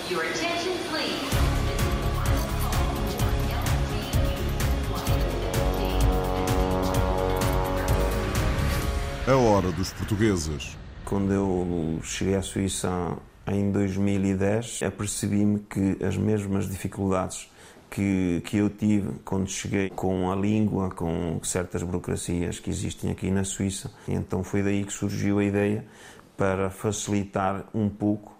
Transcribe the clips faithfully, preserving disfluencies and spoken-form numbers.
Your attention, please. A hora dos portugueses. Quando eu cheguei à Suíça em dois mil e dez, apercebi-me que as mesmas dificuldades que, que eu tive quando cheguei com a língua, com certas burocracias que existem aqui na Suíça. Então foi daí que surgiu a ideia para facilitar um pouco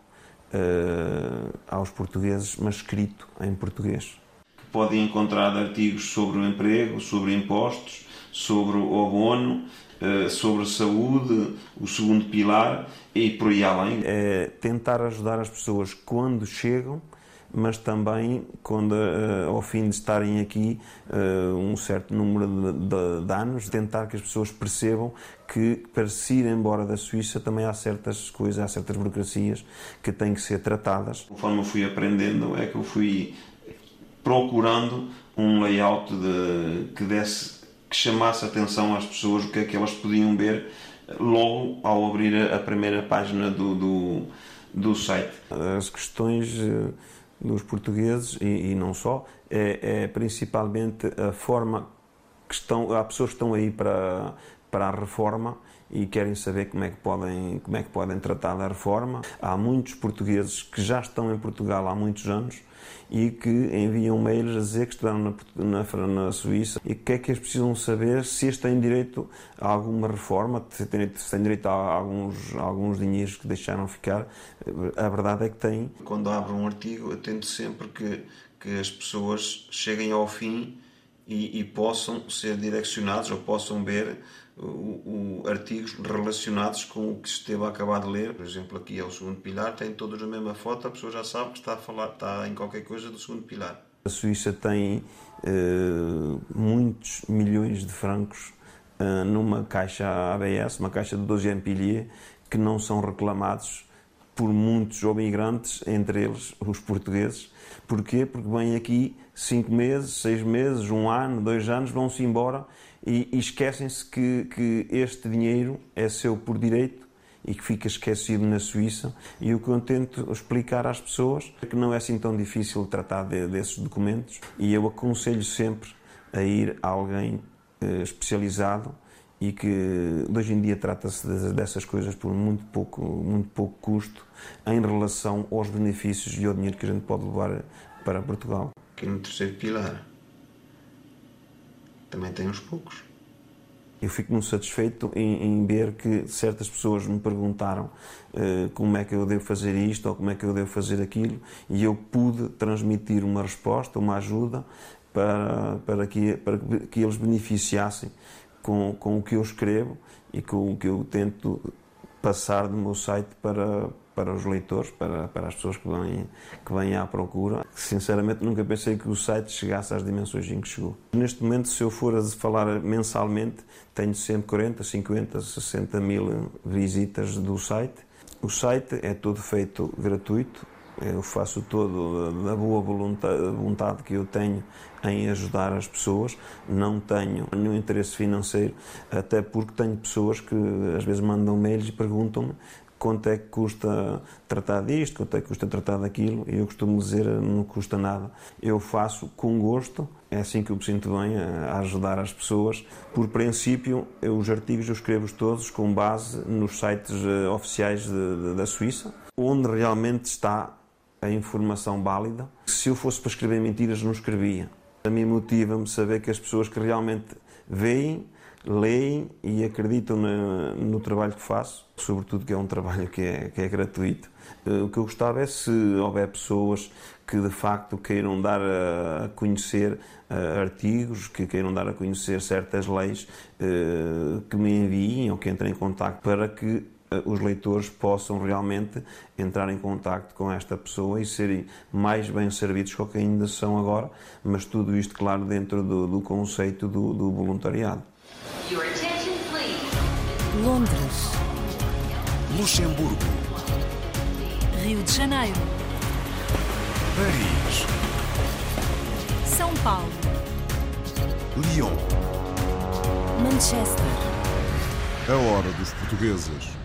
uh, aos portugueses, mas escrito em português. Podem encontrar artigos sobre o emprego, sobre impostos, sobre o abono, sobre saúde, o segundo pilar e por aí além. É tentar ajudar as pessoas quando chegam, mas também quando, ao fim de estarem aqui um certo número de, de, de anos, tentar que as pessoas percebam que para se ir embora da Suíça também há certas coisas, há certas burocracias que têm que ser tratadas. Conforme eu fui aprendendo é que eu fui procurando um layout de, que desse que chamasse a atenção às pessoas, o que é que elas podiam ver logo ao abrir a primeira página do, do, do site. As questões dos portugueses, e, e não só, é, é principalmente a forma que estão, há pessoas que estão aí para, para a reforma e querem saber como é que podem, como é que podem tratar da reforma. Há muitos portugueses que já estão em Portugal há muitos anos e que enviam mails a dizer que estiveram na, na, na Suíça e que é que eles precisam saber se eles têm direito a alguma reforma, se têm, se têm direito a alguns, a alguns dinheiros que deixaram ficar. A verdade é que têm. Quando abro um artigo, eu tento sempre que, que as pessoas cheguem ao fim e, e possam ser direcionados ou possam ver O, o, artigos relacionados com o que se esteve a acabar de ler. Por exemplo, aqui é o segundo pilar, tem todos a mesma foto, a pessoa já sabe que está, a falar, está em qualquer coisa do segundo pilar. A Suíça tem uh, muitos milhões de francos uh, numa caixa A B S, uma caixa de doze piliers, que não são reclamados por muitos imigrantes, entre eles os portugueses. Porquê? Porque vêm aqui cinco meses, seis meses, um ano, dois anos, vão-se embora e, e esquecem-se que, que este dinheiro é seu por direito e que fica esquecido na Suíça. E o que eu tento explicar às pessoas é que não é assim tão difícil tratar de, desses documentos, e eu aconselho sempre a ir a alguém eh, especializado e que hoje em dia trata-se dessas coisas por muito pouco, muito pouco custo em relação aos benefícios e ao dinheiro que a gente pode levar para Portugal. Aqui no terceiro pilar também tem uns poucos. Eu fico muito satisfeito em, em ver que certas pessoas me perguntaram uh, como é que eu devo fazer isto ou como é que eu devo fazer aquilo, e eu pude transmitir uma resposta, uma ajuda para, para, que, para que eles beneficiassem Com, com o que eu escrevo e com o que eu tento passar do meu site para, para os leitores, para, para as pessoas que vêm, que vêm à procura. Sinceramente, nunca pensei que o site chegasse às dimensões em que chegou. Neste momento, se eu for a falar mensalmente, tenho sempre quarenta, cinquenta, sessenta mil visitas do site. O site é todo feito gratuito. Eu faço todo da boa vontade que eu tenho em ajudar as pessoas. Não tenho nenhum interesse financeiro, até porque tenho pessoas que às vezes mandam mails e perguntam-me quanto é que custa tratar disto, quanto é que custa tratar daquilo, e eu costumo dizer, não custa nada. Eu faço com gosto, é assim que eu me sinto bem, a ajudar as pessoas. Por princípio, eu, os artigos eu escrevo todos com base nos sites uh, oficiais de, de, da Suíça, onde realmente está a informação válida. Se eu fosse para escrever mentiras, não escrevia. A mim motiva-me saber que as pessoas que realmente veem, leem e acreditam no, no trabalho que faço, sobretudo que é um trabalho que é, que é gratuito. O que eu gostava é se houver pessoas que de facto queiram dar a conhecer uh, artigos, que queiram dar a conhecer certas leis, uh, que me enviem ou que entrem em contacto para que os leitores possam realmente entrar em contacto com esta pessoa e serem mais bem servidos do que ainda são agora, mas tudo isto, claro, dentro do, do conceito do, do voluntariado. Londres, Luxemburgo, Rio de Janeiro, Paris, São Paulo, Lyon, Manchester. A hora dos portugueses.